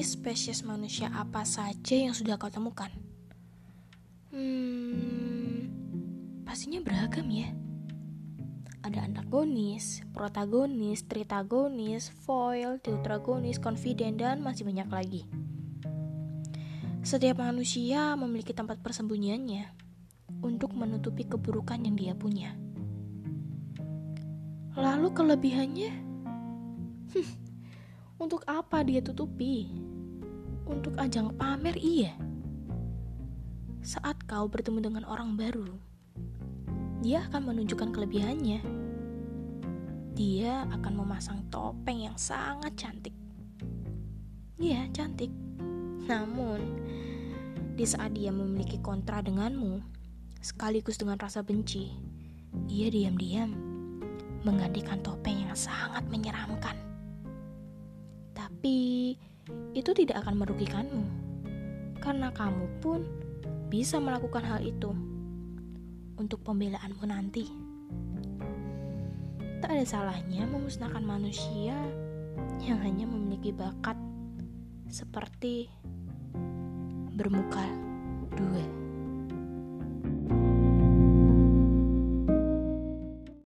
jenis spesies manusia apa saja yang sudah kau temukan? Pastinya beragam ya. Ada antagonis, protagonis, tritagonis, foil, deuteragonis, confident, dan masih banyak lagi. Setiap manusia memiliki tempat persembunyiannya untuk menutupi keburukan yang dia punya. Lalu kelebihannya? Untuk apa dia tutupi? Untuk ajang pamer, iya. Saat kau bertemu dengan orang baru, dia akan menunjukkan kelebihannya. Dia akan memasang topeng yang sangat cantik. Iya, cantik. Namun, di saat dia memiliki kontra denganmu, sekaligus dengan rasa benci, dia diam-diam menggantikan topeng yang sangat menyeramkan. Tapi, itu tidak akan merugikanmu, karena kamu pun bisa melakukan hal itu untuk pembelaanmu nanti. Tak ada salahnya memusnahkan manusia yang hanya memiliki bakat seperti bermuka dua.